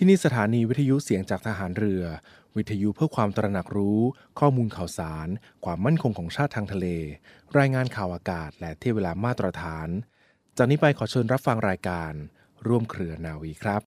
ที่นี่สถานีวิทยุเสียงจากทหารเรือวิทยุเพื่อความตระหนักรู้ข้อมูลข่าวสารความมั่นคงของชาติทางทะเลรายงานข่าวอากาศและเที่ยวเวลามาตรฐานจากนี้ไปขอเชิญรับฟังรายการร่วมเครือนาวีครับ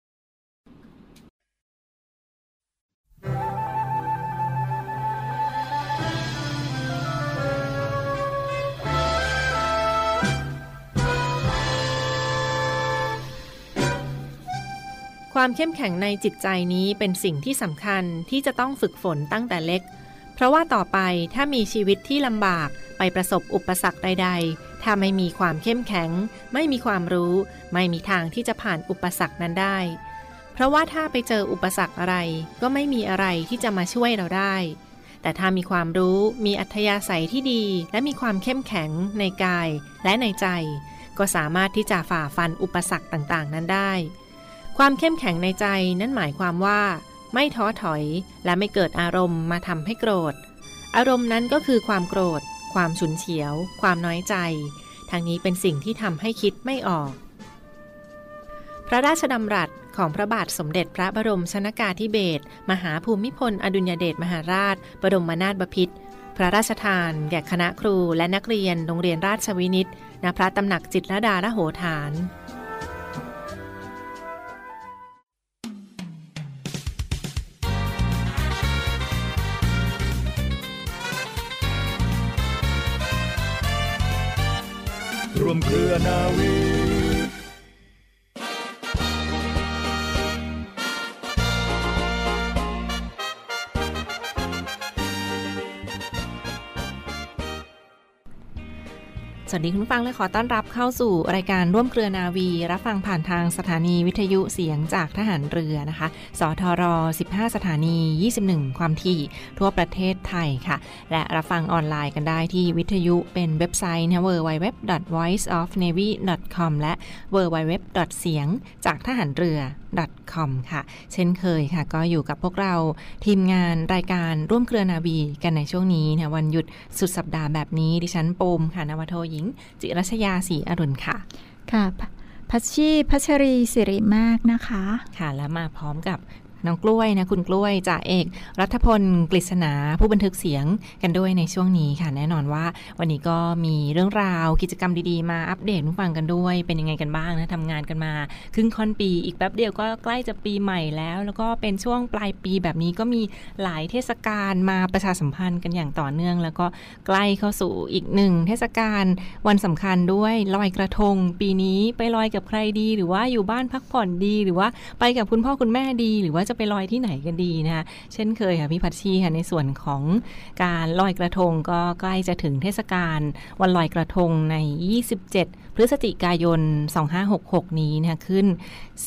ความเข้มแข็งในจิตใจนี้เป็นสิ่งที่สำคัญที่จะต้องฝึกฝนตั้งแต่เล็กเพราะว่าต่อไปถ้ามีชีวิตที่ลำบากไปประสบอุปสรรคใดๆถ้าไม่มีความเข้มแข็งไม่มีความรู้ไม่มีทางที่จะผ่านอุปสรรคนั้นได้เพราะว่าถ้าไปเจออุปสรรคอะไรก็ไม่มีอะไรที่จะมาช่วยเราได้แต่ถ้ามีความรู้มีอัธยาศัยที่ดีและมีความเข้มแข็งในกายและในใจก็สามารถที่จะฝ่าฟันอุปสรรคต่างๆนั้นได้ความเข้มแข็งในใจนั้นหมายความว่าไม่ท้อถอยและไม่เกิดอารมณ์มาทำให้โกรธอารมณ์นั้นก็คือความโกรธความฉุนเฉียวความน้อยใจทั้งนี้เป็นสิ่งที่ทำให้คิดไม่ออกพระราชดำรัสของพระบาทสมเด็จพระบรมชนกาธิเบศรมหาภูมิพลอดุลยเดชมหาราชบรมนาถบพิตรพระราชทานแก่คณะครูและนักเรียนโรงเรียนราชวินิตณพระตำหนักจิตรลดาลโหฐานร่วมเครือนาวีสวัสดีคุณผู้ฟังและขอต้อนรับเข้าสู่รายการร่วมเครือนาวีรับฟังผ่านทางสถานีวิทยุเสียงจากทหารเรือนะคะสทร15สถานี21ความถี่ทั่วประเทศไทยค่ะและรับฟังออนไลน์กันได้ที่วิทยุเป็นเว็บไซต์ www.voiceofnavy.com และ www.เสียงจากทหารเรือ.com ค่ะเช่นเคยค่ะก็อยู่กับพวกเราทีมงานรายการร่วมเครือนาวีกันในช่วงนี้นะวันหยุดสุดสัปดาห์แบบนี้ดิฉันปูมค่ะนวโทหญิงจิรัชยาศรีอรุณค่ะค่ะพัชรีสิริมากนะคะค่ะแล้วมาพร้อมกับน้องกล้วยนะคุณกล้วยจ่าเอกรัฐพลกฤษณาผู้บันทึกเสียงกันด้วยในช่วงนี้ค่ะแน่นอนว่าวันนี้ก็มีเรื่องราวกิจกรรมดีๆมาอัปเดตผู้ฟังกันด้วยเป็นยังไงกันบ้างนะทำงานกันมาครึ่งค่อนปีอีกแป๊บเดียวก็ใกล้จะปีใหม่แล้วก็เป็นช่วงปลายปีแบบนี้ก็มีหลายเทศกาลมาประชาสัมพันธ์กันอย่างต่อเนื่องแล้วก็ใกล้เข้าสู่อีกหนึ่งเทศกาลวันสำคัญด้วยลอยกระทงปีนี้ไปลอยกับใครดีหรือว่าอยู่บ้านพักผ่อนดีหรือว่าไปกับคุณพ่อคุณแม่ดีหรือว่าจะไปลอยที่ไหนกันดีนะคะเช่นเคยค่ะพี่พัชชีค่ะในส่วนของการลอยกระทงก็ใกล้จะถึงเทศกาลวันลอยกระทงใน27พฤศจิกายน2566นี้นะคะขึ้น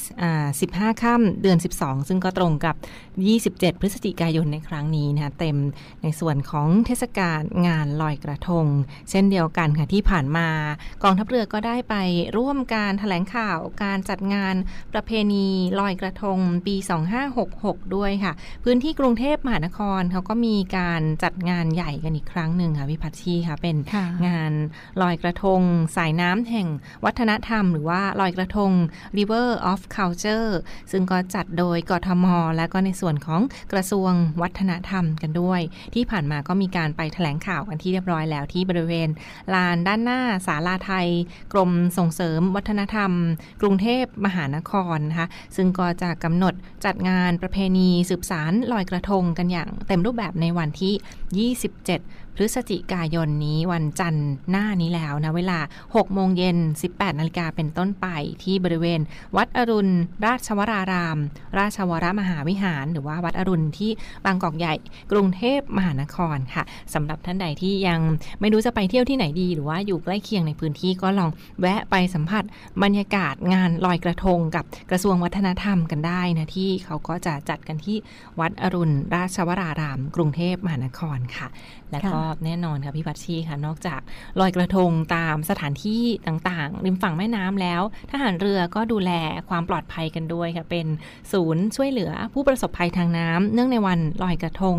15ค่ำเดือน12ซึ่งก็ตรงกับ27พฤศจิกายนในครั้งนี้นะคะเต็มในส่วนของเทศกาลงานลอยกระทงเช่นเดียวกันค่ะที่ผ่านมากองทัพเรือก็ได้ไปร่วมการแถลงข่าวการจัดงานประเพณีลอยกระทงปี2566ด้วยค่ะพื้นที่กรุงเทพมหานครเขาก็มีการจัดงานใหญ่กันอีกครั้งหนึ่งค่ะพี่พัชชีค่ะเป็นงานลอยกระทงสายน้ำแห่งวัฒนธรรมหรือว่าลอยกระทง River of Culture ซึ่งก็จัดโดยกทมและก็ในส่วนของกระทรวงวัฒนธรรมกันด้วยที่ผ่านมาก็มีการไปแถลงข่าวกันที่เรียบร้อยแล้วที่บริเวณลานด้านหน้าศาลาไทยกรมส่งเสริมวัฒนธรรมกรุงเทพมหานครนะคะซึ่งก็จะกำหนดจัดงานประเพณีสืบสานลอยกระทงกันอย่างเต็มรูปแบบในวันที่27พฤศจิกายนนี้วันจันทร์หน้านี้แล้วนะเวลา 18:00 น. 18 น.เป็นต้นไปที่บริเวณวัดอรุณราชวรารามราชวรมหาวิหารหรือว่าวัดอรุณที่บางกอกใหญ่กรุงเทพมหานครค่ะสำหรับท่านใดที่ยังไม่รู้จะไปเที่ยวที่ไหนดีหรือว่าอยู่ใกล้เคียงในพื้นที่ก็ลองแวะไปสัมผัสบรรยากาศงานลอยกระทงกับกระทรวงวัฒนธรรมกันได้นะที่เขาก็จะจัดกันที่วัดอรุณราชวรารามกรุงเทพมหานครค่ะและก็แน่นอนค่ะพี่พัชชีค่ะนอกจากลอยกระทงตามสถานที่ต่างๆริมฝั่งแม่น้ำแล้วทหารเรือก็ดูแลความปลอดภัยกันด้วยค่ะเป็นศูนย์ช่วยเหลือผู้ประสบภัยทางน้ำเนื่องในวันลอยกระทงป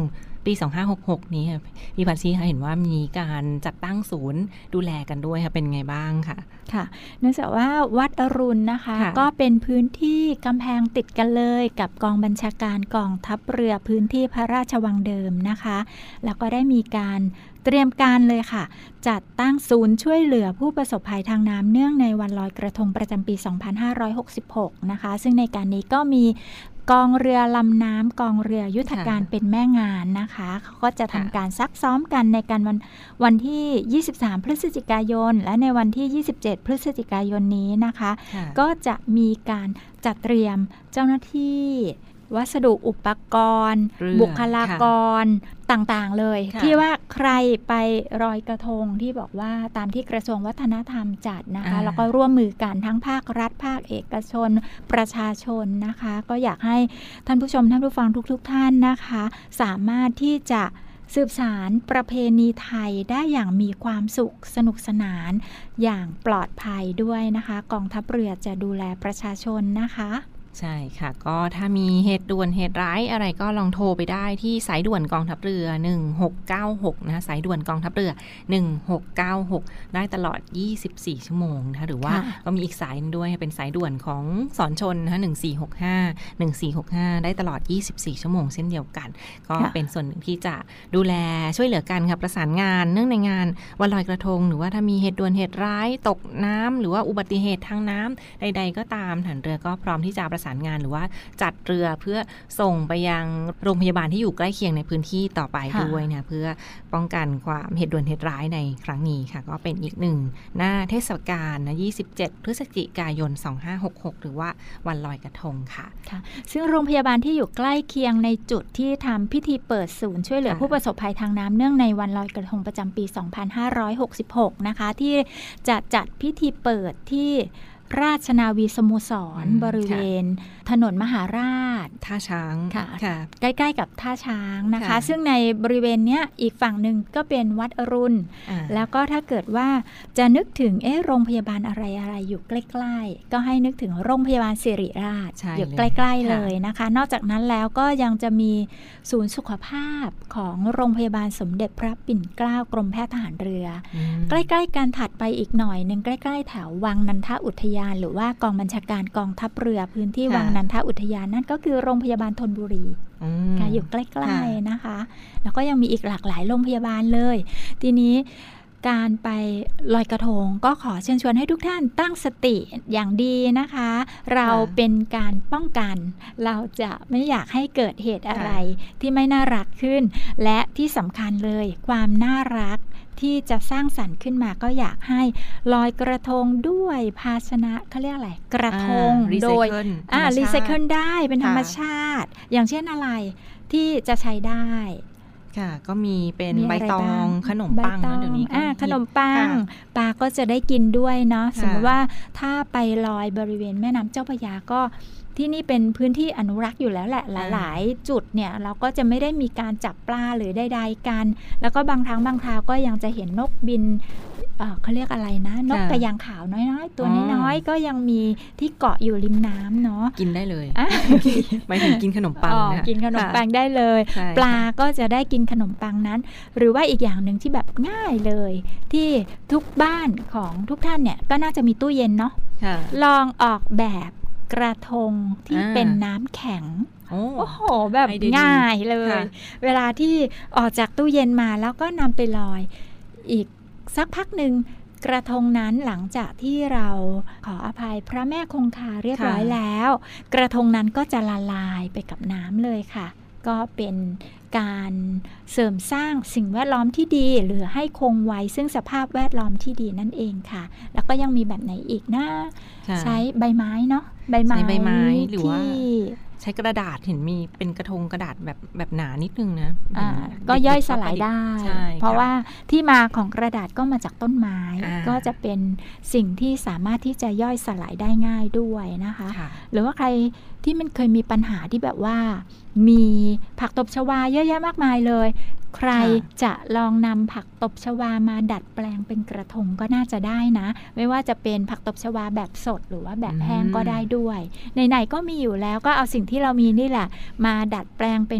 ปี2566นี้ค่ะพี่พัชชีค่ะเห็นว่ามีการจัดตั้งศูนย์ดูแลกันด้วยค่ะเป็นไงบ้างค่ะค่ะเนื่องจากว่าวัดอรุณนะคะก็เป็นพื้นที่กำแพงติดกันเลยกับกองบัญชาการกองทัพเรือพื้นที่พระราชวังเดิมนะคะแล้วก็ได้มีการเตรียมการเลยค่ะจัดตั้งศูนย์ช่วยเหลือผู้ประสบภัยทางน้ำเนื่องในวันลอยกระทงประจำปี 2566 นะคะซึ่งในการนี้ก็มีกองเรือลำน้ำกองเรือยุทธการเป็นแม่งานนะคะเขาก็จะทำการซักซ้อมกันในการวันที่ 23 พฤศจิกายนและในวันที่ 27 พฤศจิกายนนี้นะคะก็จะมีการจัดเตรียมเจ้าหน้าที่วัสดุอุปกรณ์บุคลากรต่างๆเลยที่ว่าใครไปลอยกระทงที่บอกว่าตามที่กระทรวงวัฒนธรรมจัดนะคะแล้วก็ร่วมมือกันทั้งภาครัฐภาคเอกชนประชาชนนะคะก็อยากให้ท่านผู้ชมท่านผู้ฟังทุกๆท่านนะคะสามารถที่จะสืบสานประเพณีไทยได้อย่างมีความสุขสนุกสนานอย่างปลอดภัยด้วยนะคะกองทัพเรือจะดูแลประชาชนนะคะใช่ค่ะก็ถ้ามีเหตุด่วนเหตุร้ายอะไรก็ลองโทรไปได้ที่สายด่วนกองทัพเรือ1696นะคะสายด่วนกองทัพเรือ1696ได้ตลอด24ชั่วโมงนะคะหรือว่าก็มีอีกสายด้วยเป็นสายด่วนของสอนชนนะคะ1465ได้ตลอด24ชั่วโมงเช่นเดียวกันก็เป็นส่วนหนึ่งที่จะดูแลช่วยเหลือกันค่ะประสานงานเนื่องในงานวันลอยกระทงหรือว่าถ้ามีเหตุด่วนเหตุร้ายตกน้ำหรือว่าอุบัติเหตุทางน้ำใดๆก็ตามทหารเรือก็พร้อมที่จะประสานงานหรือว่าจัดเรือเพื่อส่งไปยังโรงพยาบาลที่อยู่ใกล้เคียงในพื้นที่ต่อไปด้วยนะเพื่อป้องกันความเหตุด่วนเหตุร้ายในครั้งนี้ค่ะก็เป็นอีกหนึ่งหน้าเทศกาลนะ27พฤศจิกายน2566หรือว่าวันลอยกระทงค่ะซึ่งโรงพยาบาลที่อยู่ใกล้เคียงในจุดที่ทำพิธีเปิดศูนย์ช่วยเหลือผู้ประสบภัยทางน้ำเนื่องในวันลอยกระทงประจำปี2566นะคะที่จะจัดพิธีเปิดที่ราชนาวีสโมสรบริเวณถนนมหาราชท่าช้างค่ะใกล้ๆกับท่าช้างนะคะซึ่งในบริเวณเนี้ยอีกฝั่งหนึ่งก็เป็นวัดอรุณแล้วก็ถ้าเกิดว่าจะนึกถึงโรงพยาบาลอะไรอยู่ใกล้ๆก็ให้นึกถึงโรงพยาบาลศิริราชอยู่ใกล้ๆเลยนะคะนอกจากนั้นแล้วก็ยังจะมีศูนย์สุขภาพของโรงพยาบาลสมเด็จพระปิ่นเกล้ากรมแพทย์ทหารเรือใกล้ๆกันถัดไปอีกหน่อยนึงใกล้ๆแถววังนันทอุทยานหรือว่ากองบัญชาการกองทัพเรือพื้นที่วังนันทอุทยานนั่นก็คือโรงพยาบาลธนบุรีอยู่ใกล้ๆนะคะแล้วก็ยังมีอีกหลากหลายโรงพยาบาลเลยทีนี้การไปลอยกระทงก็ขอเชิญชวนให้ทุกท่านตั้งสติอย่างดีนะคะเราเป็นการป้องกันเราจะไม่อยากให้เกิดเหตุอะไรที่ไม่น่ารักขึ้นและที่สำคัญเลยความน่ารักที่จะสร้างสรรค์ขึ้นมาก็อยากให้ลอยกระทงด้วยภาชนะเขาเรียกอะไรกระทงโดยรีไซเคิลได้เป็นธรรมชาติอย่างเช่นอะไรที่จะใช้ได้ค่ะก็มีเป็นใบตองขนมปังเดี๋ยวนี้ขนมปังปลาก็จะได้กินด้วยเนาะสมมติว่าถ้าไปลอยบริเวณแม่น้ำเจ้าพระยาก็ที่นี่เป็นพื้นที่อนุรักษ์อยู่แล้วแหละหลายๆจุดเนี่ยเราก็จะไม่ได้มีการจับปลาหรือใดๆกันแล้วก็บางครั้งบางคราวก็ยังจะเห็นนกบินเขาเรียกอะไรนะนกกระยางขาวน้อยๆตัวน้อยๆก็ยังมีที่เกาะอยู่ริมน้ำเนาะกินได้เลยไม่ถึงกินขนมปังนะกินขนมปังได้เลยปลาก็จะได้กินขนมปังนั้นหรือว่าอีกอย่างหนึ่งที่แบบง่ายเลยที่ทุกบ้านของทุกท่านเนี่ยก็น่าจะมีตู้เย็นเนาะลองออกแบบกระทงที่เป็นน้ำแข็งโอ้โหแบบง่ายเลยเวลาที่ออกจากตู้เย็นมาแล้วก็นำไปลอยอีกสักพักหนึ่งกระทงนั้นหลังจากที่เราขออภัยพระแม่คงคาเรียบร้อยแล้วกระทงนั้นก็จะละลายไปกับน้ำเลยค่ะก็เป็นการเสริมสร้างสิ่งแวดล้อมที่ดีหรือให้คงไว้ซึ่งสภาพแวดล้อมที่ดีนั่นเองค่ะแล้วก็ยังมีแบบไหนอีกนะใช้ใบไม้เนาะใบไม้หรือว่าใช้กระดาษเห็นมีเป็นกระทงกระดาษแบบหนานิดนึงนะก็ย่อยสลายได้เพราะว่าที่มาของกระดาษก็มาจากต้นไม้ก็จะเป็นสิ่งที่สามารถที่จะย่อยสลายได้ง่ายด้วยนะคะหรือว่าใครที่มันเคยมีปัญหาที่แบบว่ามีผักตบชวาเยอะแยะมากมายเลยใครจะลองนำผักตบชวามาดัดแปลงเป็นกระทงก็น่าจะได้นะไม่ว่าจะเป็นผักตบชวาแบบสดหรือว่าแบบแห้งก็ได้ด้วยไหนๆก็มีอยู่แล้วก็เอาสิ่งที่เรามีนี่แหละมาดัดแปลงเป็น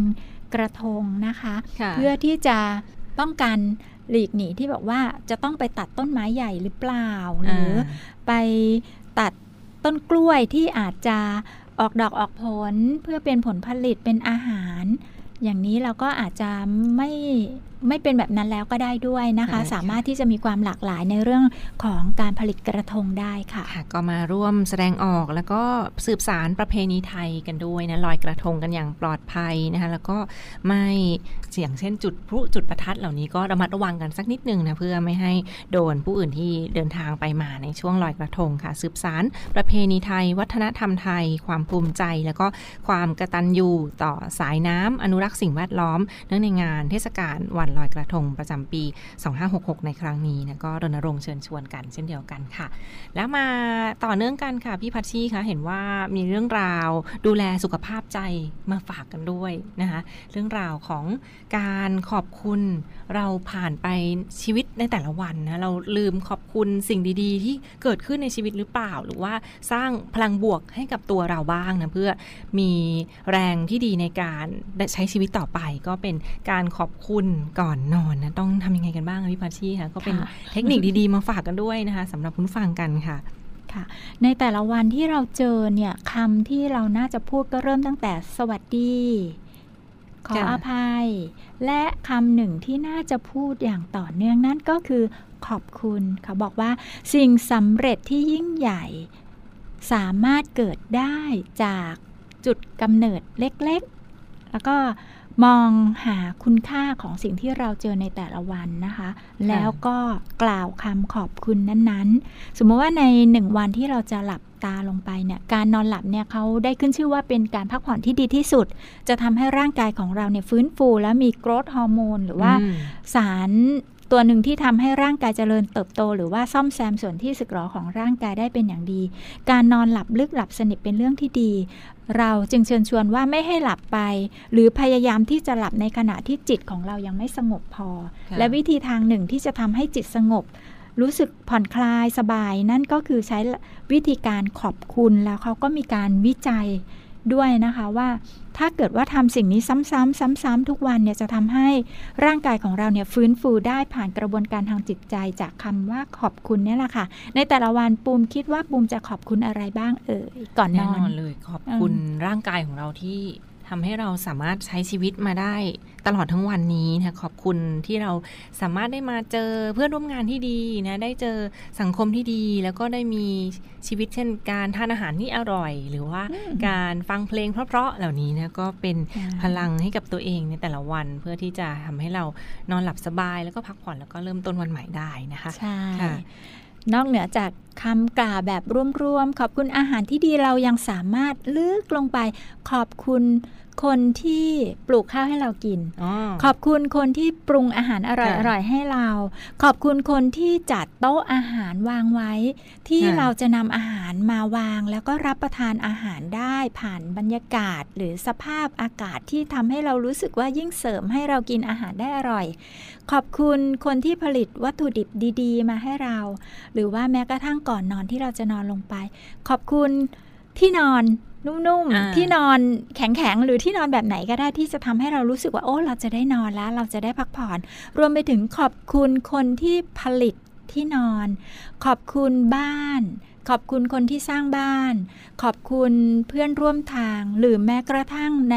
กระทงนะคะค่ะเพื่อที่จะป้องกันหลีกหนีที่บอกว่าจะต้องไปตัดต้นไม้ใหญ่หรือเปล่าหรือไปตัดต้นกล้วยที่อาจจะออกดอกออกผลเพื่อเป็นผลผลิตเป็นอาหารอย่างนี้เราก็อาจจะไม่เป็นแบบนั้นแล้วก็ได้ด้วยนะคะสามารถที่จะมีความหลากหลายในเรื่องของการผลิตกระทงได้ค่ะก็มาร่วมแสดงออกแล้วก็สืบสานประเพณีไทยกันด้วยนะลอยกระทงกันอย่างปลอดภัยนะคะแล้วก็ไม่อย่างเช่นจุดพลุจุดประทัดเหล่านี้ก็ระมัดระวังกันสักนิดนึงนะเพื่อไม่ให้โดนผู้อื่นที่เดินทางไปมาในช่วงลอยกระทงค่ะสืบสานประเพณีไทยวัฒนธรรมไทยความภูมิใจแล้วก็ความกตัญญูต่อสายน้ำอนุรักษ์สิ่งแวดล้อมเนื่องในงานเทศกาลวันลอยกระทงประจำปี 2566 ในครั้งนี้นะก็รณรงค์เชิญชวนกันเช่นเดียวกันค่ะแล้วมาต่อเนื่องกันค่ะพี่พัชชีคะเห็นว่ามีเรื่องราวดูแลสุขภาพใจมาฝากกันด้วยนะคะเรื่องราวของการขอบคุณเราผ่านไปชีวิตในแต่ละวันนะเราลืมขอบคุณสิ่งดีๆที่เกิดขึ้นในชีวิตหรือเปล่าหรือว่าสร้างพลังบวกให้กับตัวเราบ้างนะเพื่อมีแรงที่ดีในการใช้ชีวิตต่อไปก็เป็นการขอบคุณก่อนนอนนะต้องทำยังไงกันบ้างพี่พัชชีคะก็เป็นเทคนิคดีๆมาฝากกันด้วยนะคะสำหรับผู้ฟังกันค่ะในแต่ละวันที่เราเจอเนี่ยคำที่เราน่าจะพูดก็เริ่มตั้งแต่สวัสดีขออภัยและคำหนึ่งที่น่าจะพูดอย่างต่อเนื่องนั่นก็คือขอบคุณเขาบอกว่าสิ่งสำเร็จที่ยิ่งใหญ่สามารถเกิดได้จากจุดกำเนิดเล็กๆแล้วก็มองหาคุณค่าของสิ่งที่เราเจอในแต่ละวันนะคะแล้วก็กล่าวคำขอบคุณนั้นๆสมมติว่าใน1วันที่เราจะหลับตาลงไปเนี่ยการนอนหลับเนี่ยเขาได้ขึ้นชื่อว่าเป็นการพักผ่อนที่ดีที่สุดจะทำให้ร่างกายของเราเนี่ยฟื้นฟูและมีโกรทฮอร์โมนหรือว่าสารตัวหนึ่งที่ทำให้ร่างกายเจริญเติบโตหรือว่าซ่อมแซมส่วนที่สึกหรอของร่างกายได้เป็นอย่างดีการนอนหลับลึกหลับสนิทเป็นเรื่องที่ดีเราจึงเชิญชวนว่าไม่ให้หลับไปหรือพยายามที่จะหลับในขณะที่จิตของเรายังไม่สงบพอและวิธีทางหนึ่งที่จะทำให้จิตสงบรู้สึกผ่อนคลายสบายนั่นก็คือใช้วิธีการขอบคุณแล้วเขาก็มีการวิจัยด้วยนะคะว่าถ้าเกิดว่าทำสิ่งนี้ซ้ำๆทุกวันเนี่ยจะทำให้ร่างกายของเราเนี่ยฟื้นฟูได้ผ่านกระบวนการทางจิตใจจากคำว่าขอบคุณนี่แหละค่ะในแต่ละวันปูมคิดว่าปูมจะขอบคุณอะไรบ้างก่อนนอนแน่นอนเลยขอบคุณร่างกายของเราที่ทำให้เราสามารถใช้ชีวิตมาได้ตลอดทั้งวันนี้นะขอบคุณที่เราสามารถได้มาเจอเพื่อนร่วมงานที่ดีนะได้เจอสังคมที่ดีแล้วก็ได้มีชีวิตเช่นการทานอาหารที่อร่อยหรือว่าการฟังเพลงเพราะๆเหล่านี้นะก็เป็นพลังให้กับตัวเองในแต่ละวันเพื่อที่จะทำให้เรานอนหลับสบายแล้วก็พักผ่อนแล้วก็เริ่มต้นวันใหม่ได้นะคะใช่นอกเหนือจากคำกล่าวแบบรวมๆขอบคุณอาหารที่ดีเรายังสามารถลึกลงไปขอบคุณคนที่ปลูกข้าวให้เรากินขอบคุณคนที่ปรุงอาหารอร่อยๆให้เราขอบคุณคนที่จัดโต๊ะอาหารวางไว้ที่เราจะนำอาหารมาวางแล้วก็รับประทานอาหารได้ผ่านบรรยากาศหรือสภาพอากาศที่ทำให้เรารู้สึกว่ายิ่งเสริมให้เรากินอาหารได้อร่อยขอบคุณคนที่ผลิตวัตถุดิบดีๆมาให้เราหรือว่าแม้กระทั่งก่อนนอนที่เราจะนอนลงไปขอบคุณที่นอนนุ่มๆที่นอนแข็งๆหรือที่นอนแบบไหนก็ได้ที่จะทำให้เรารู้สึกว่าโอ้เราจะได้นอนแล้วเราจะได้พักผ่อนรวมไปถึงขอบคุณคนที่ผลิตที่นอนขอบคุณบ้านขอบคุณคนที่สร้างบ้านขอบคุณเพื่อนร่วมทางหรือแม้กระทั่งใน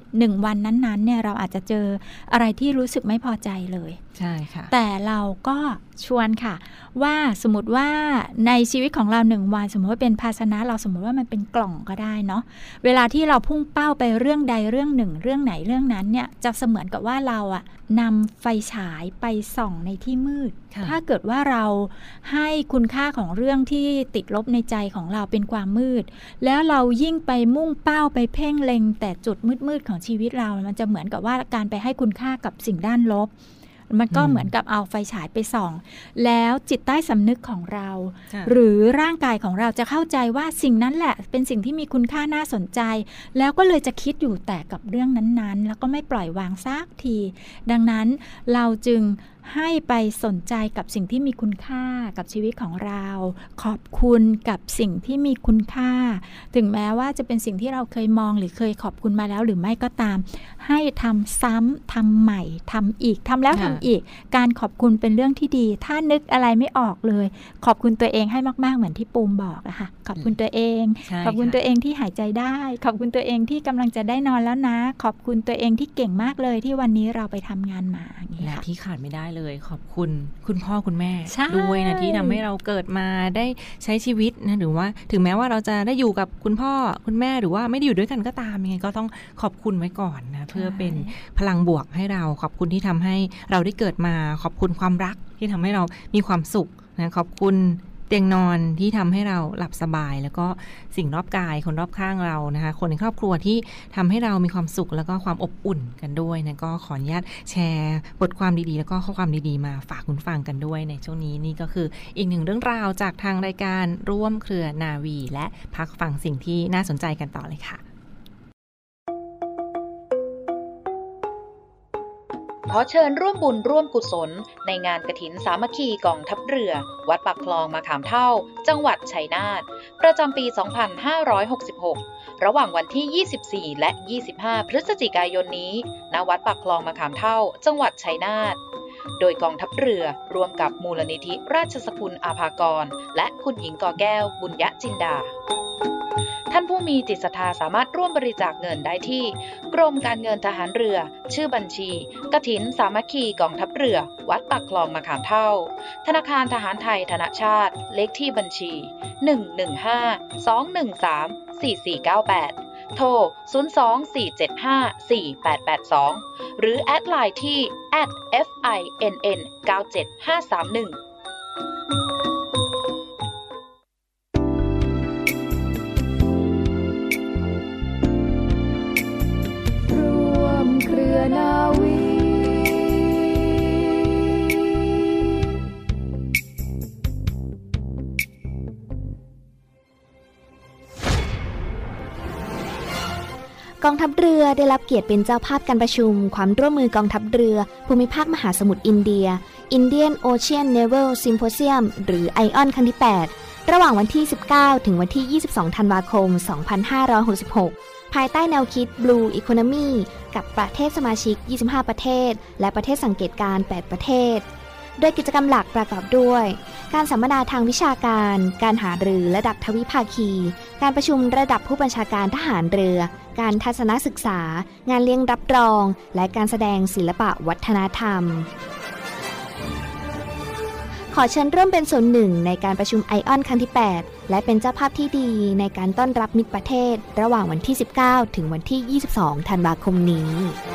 1วันนั้นๆเนี่ยเราอาจจะเจออะไรที่รู้สึกไม่พอใจเลยใช่ค่ะแต่เราก็ชวนค่ะว่าสมมติว่าในชีวิตของเรา1วันสมมติว่าเป็นภาชนะเราสมมติว่ามันเป็นกล่องก็ได้เนาะเวลาที่เราพุ่งเป้าไปเรื่องใดเรื่องหนึ่งเรื่องไหนเรื่องนั้นเนี่ยจะเสมือนกับว่าเราอะนำไฟฉายไปส่องในที่มืดถ้าเกิดว่าเราให้คุณค่าของเรื่องที่ติดลบในใจของเราเป็นความมืดแล้วเรายิ่งไปมุ่งเป้าไปเพ่งเล็งแต่จุดมืดๆของชีวิตเรามันจะเหมือนกับว่าการไปให้คุณค่ากับสิ่งด้านลบมันก็เหมือนกับเอาไฟฉายไปส่องแล้วจิตใต้สำนึกของเราหรือร่างกายของเราจะเข้าใจว่าสิ่งนั้นแหละเป็นสิ่งที่มีคุณค่าน่าสนใจแล้วก็เลยจะคิดอยู่แต่กับเรื่องนั้นๆแล้วก็ไม่ปล่อยวางสักทีดังนั้นเราจึงให้ไปสนใจกับสิ่งที่มีคุณค่ากับชีวิตของเราขอบคุณกับสิ่งที่มีคุณค่าถึงแม้ว่าจะเป็นสิ่งที่เราเคยมองหรือเคยขอบคุณมาแล้วหรือไม่ก็ตามให้ทำซ้ำทำใหม่ทำอีกทำแล้วทำอีกการขอบคุณเป็นเรื่องที่ดีถ้านึกอะไรไม่ออกเลยขอบคุณตัวเองให้มากๆเหมือนที่ปูมบอกอะค่ะขอบคุณตัวเองขอบคุณตัวเองที่หายใจได้ขอบคุณตัวเองที่กำลังจะได้นอนแล้วนะขอบคุณตัวเองที่เก่งมากเลยที่วันนี้เราไปทำงานมาและที่ขาดไม่ได้เลยขอบคุณคุณพ่อคุณแม่ด้วยนะที่ทำให้เราเกิดมาได้ใช้ชีวิตนะหรือว่าถึงแม้ว่าเราจะได้อยู่กับคุณพ่อคุณแม่หรือว่าไม่ได้อยู่ด้วยกันก็ตามยังไงก็ต้องขอบคุณไว้ก่อนนะเพื่อเป็นพลังบวกให้เราขอบคุณที่ทำให้เราได้เกิดมาขอบคุณความรักที่ทำให้เรามีความสุขนะขอบคุณเตียงนอนที่ทำให้เราหลับสบายแล้วก็สิ่งรอบกายคนรอบข้างเรานะคะคนในครอบครัวที่ทำให้เรามีความสุขแล้วก็ความอบอุ่นกันด้วยนะก็ขออนุญาตแชร์บทความดีๆแล้วก็ข้อความดีๆมาฝากคุณฟังกันด้วยในช่วงนี้นี่ก็คืออีกหนึ่งเรื่องราวจากทางรายการร่วมเครือนาวีและพักฟังสิ่งที่น่าสนใจกันต่อเลยค่ะขอเชิญร่วมบุญร่วมกุศลในงานกฐินสามัคคีกองทัพเรือวัดปากคลองมะขามเท่าจังหวัดชัยนาทประจำปี 2566 ระหว่างวันที่ 24 และ 25 พฤศจิกายนนี้ณวัดปากคลองมะขามเท่าจังหวัดชัยนาทโดยกองทัพเรือร่วมกับมูลนิธิราชสกุลอาภากรและคุณหญิงกอแก้วบุญยจินดาท่านผู้มีจิตศรัทธาสามารถร่วมบริจาคเงินได้ที่กรมการเงินทหารเรือชื่อบัญชีกฐินสามัคคีกองทัพเรือวัดปากคลองมะขามเท่าธนาคารทหารไทยธนชาติเลขที่บัญชี115-213-4498โทร024754882หรือแอดไลน์ที่ @FINN97531 นาวีกองทัพเรือได้รับเกียรติเป็นเจ้าภาพการประชุมความร่วมมือกองทัพเรือภูมิภาคมหาสมุทรอินเดีย Indian Ocean Naval Symposium หรือ ION ครั้งที่ 8 ระหว่างวันที่ 19 ถึงวันที่ 22 ธันวาคม 2566 ภายใต้แนวคิด Blue Economy กับประเทศสมาชิก 25 ประเทศและประเทศสังเกตการณ์ 8 ประเทศโดยกิจกรรมหลักประกอบด้วยการสัมมนาทางวิชาการการหารือระดับทวิภาคีการประชุมระดับผู้บัญชาการทหารเรือการทัศนศึกษางานเลี้ยงรับรองและการแสดงศิลปะวัฒนธรรมขอเชิญร่วมเป็นส่วนหนึ่งในการประชุมไอออนครั้งที่ 8 และเป็นเจ้าภาพที่ดีในการต้อนรับมิตรประเทศระหว่างวันที่ 19 ถึงวันที่ 22 ธันวาคมนี้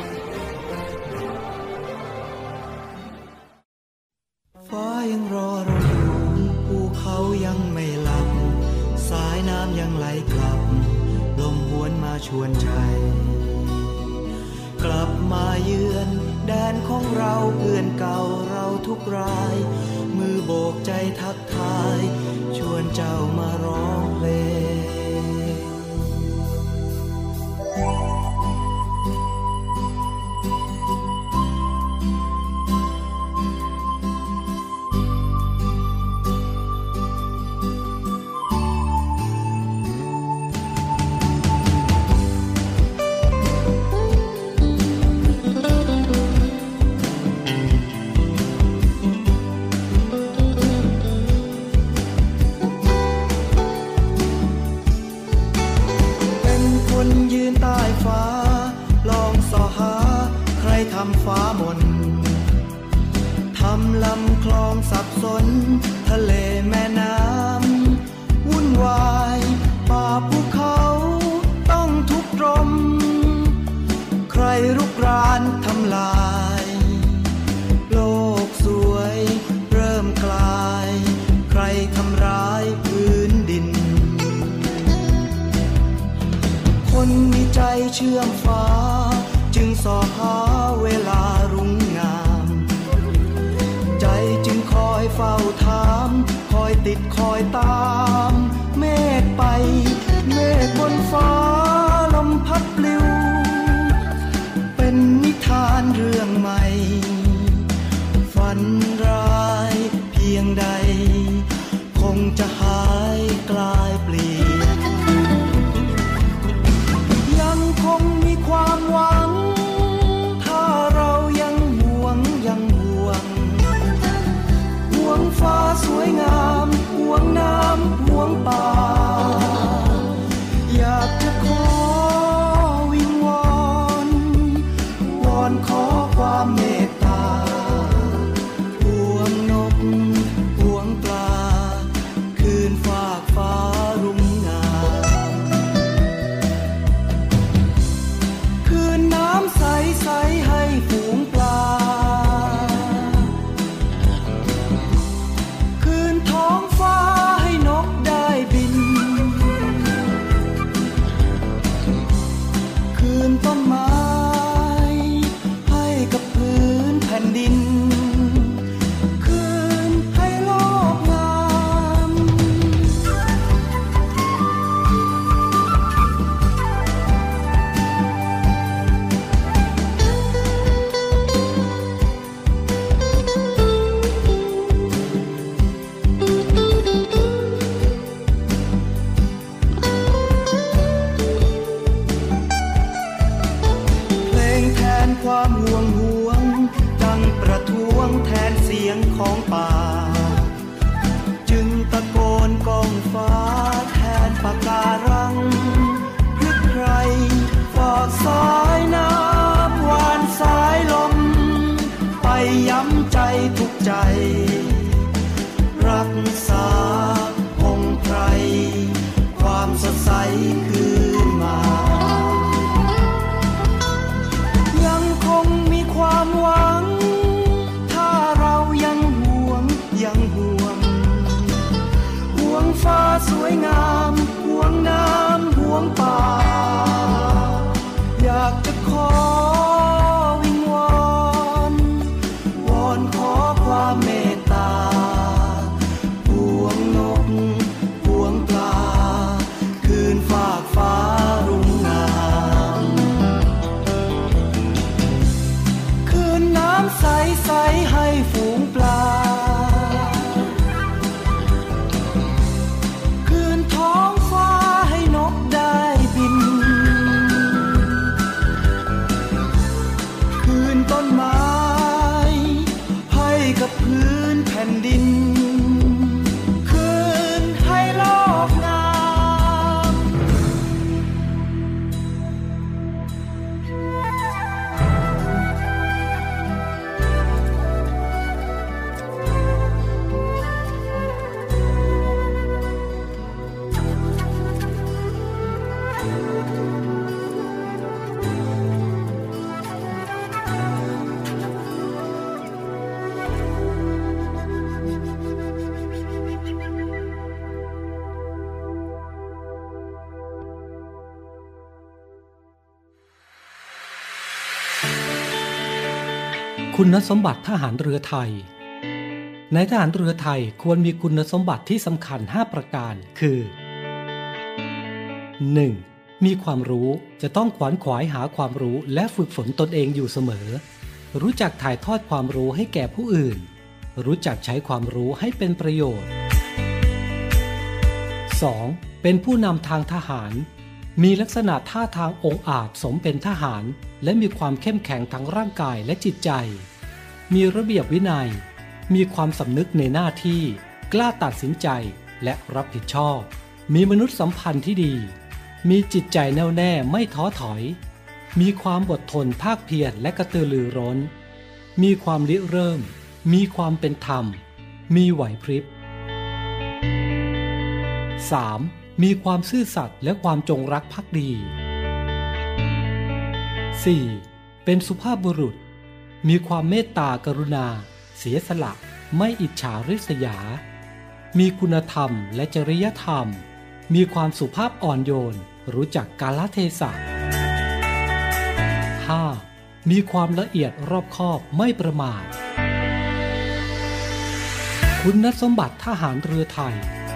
ฟ้ายังรอเราอยู่ภูเขายังไม่หลับสายน้ำยังไหลกลับลมหวนมาชวนใจกลับมาเยือนแดนของเราเพื่อนเก่าเราทุกรายมือโบกใจทักทายชวนเจ้ามาร้องเพลงฟ้ามนทำลำคลองสับสนทะเลแม่น้ำวุ่นวายป่าภูเขาต้องทุกข์รมใครรุกรานทำลายโลกสวยเริ่มกลายใครทำร้ายพื้นดินคนมีใจเชื่อมฟ้าจึงส่อหาเวลารุ่งงามใจจึงคอยเฝ้าถามคอยติดคอยตามเมฆไปเมฆบนฟ้าลมพัดปลิวเป็นนิทานเรื่องใหม่ฝันวงป่าอยากจะขอวิงวอนวอนขอความเมตตาพวงนกพวงปลาคืนฟากฟ้ารุ่งงามคืนน้ำใสๆให้ฝูงปลาคืนท้องฟ้าให้นกได้บินคืนต้นไม้ให้กับพื้นแผ่นดินคืนให้โลกงามเพลงแทนความห่วงห่วงดังประท้วงแทนเสียงของป่าจึงตะโกนก้องฟ้าแทนปะการังพลิกไพรฝากสายน้ำหวานสายลมไปย้ำใจทุกใจรักษาคงไพรความสดใสคืนมายังคงมีความหวังถ้าเรายังห่วงห่วงฟ้าสวยงามห่วงน้ำห่วงป่าอยากจะขอวิงวอนวอนขอความเมตตาห่วงนกห่วงปลาคืนฟากฟ้ารุ่งงามคืนน้ำใสๆให้ฝูงปลาคืนท้องฟ้าให้นกได้บินคืนต้นไม้ให้กับพื้นแผ่นดินคืนให้โลกงามคุณสมบัติทหารเรือไทยในทหารเรือไทยควรมีคุณสมบัติที่สำคัญ5ประการคือ 1. มีความรู้จะต้องขวนขวายหาความรู้และฝึกฝนตนเองอยู่เสมอรู้จักถ่ายทอดความรู้ให้แก่ผู้อื่นรู้จักใช้ความรู้ให้เป็นประโยชน์ 2. เป็นผู้นำทางทหารมีลักษณะท่าทางองอาจสมเป็นทหารและมีความเข้มแข็งทั้งร่างกายและจิตใจมีระเบียบวินัยมีความสำนึกในหน้าที่กล้าตัดสินใจและรับผิดชอบมีมนุษยสัมพันธ์ที่ดีมีจิตใจแน่วแน่ไม่ท้อถอยมีความอดทนภาคเพียรและกระตือรือร้นมีความริเริ่มมีความเป็นธรรมมีไหวพริบ 3. มีความซื่อสัตย์และความจงรักภักดี 4. เป็นสุภาพบุรุษมีความเมตตากรุณาเสียสละไม่อิจฉาริษยามีคุณธรรมและจริยธรรมมีความสุภาพอ่อนโยนรู้จักกาลเทศะ 5. มีความละเอียดรอบคอบไม่ประมาทคุณสมบัติทหารเรือไทย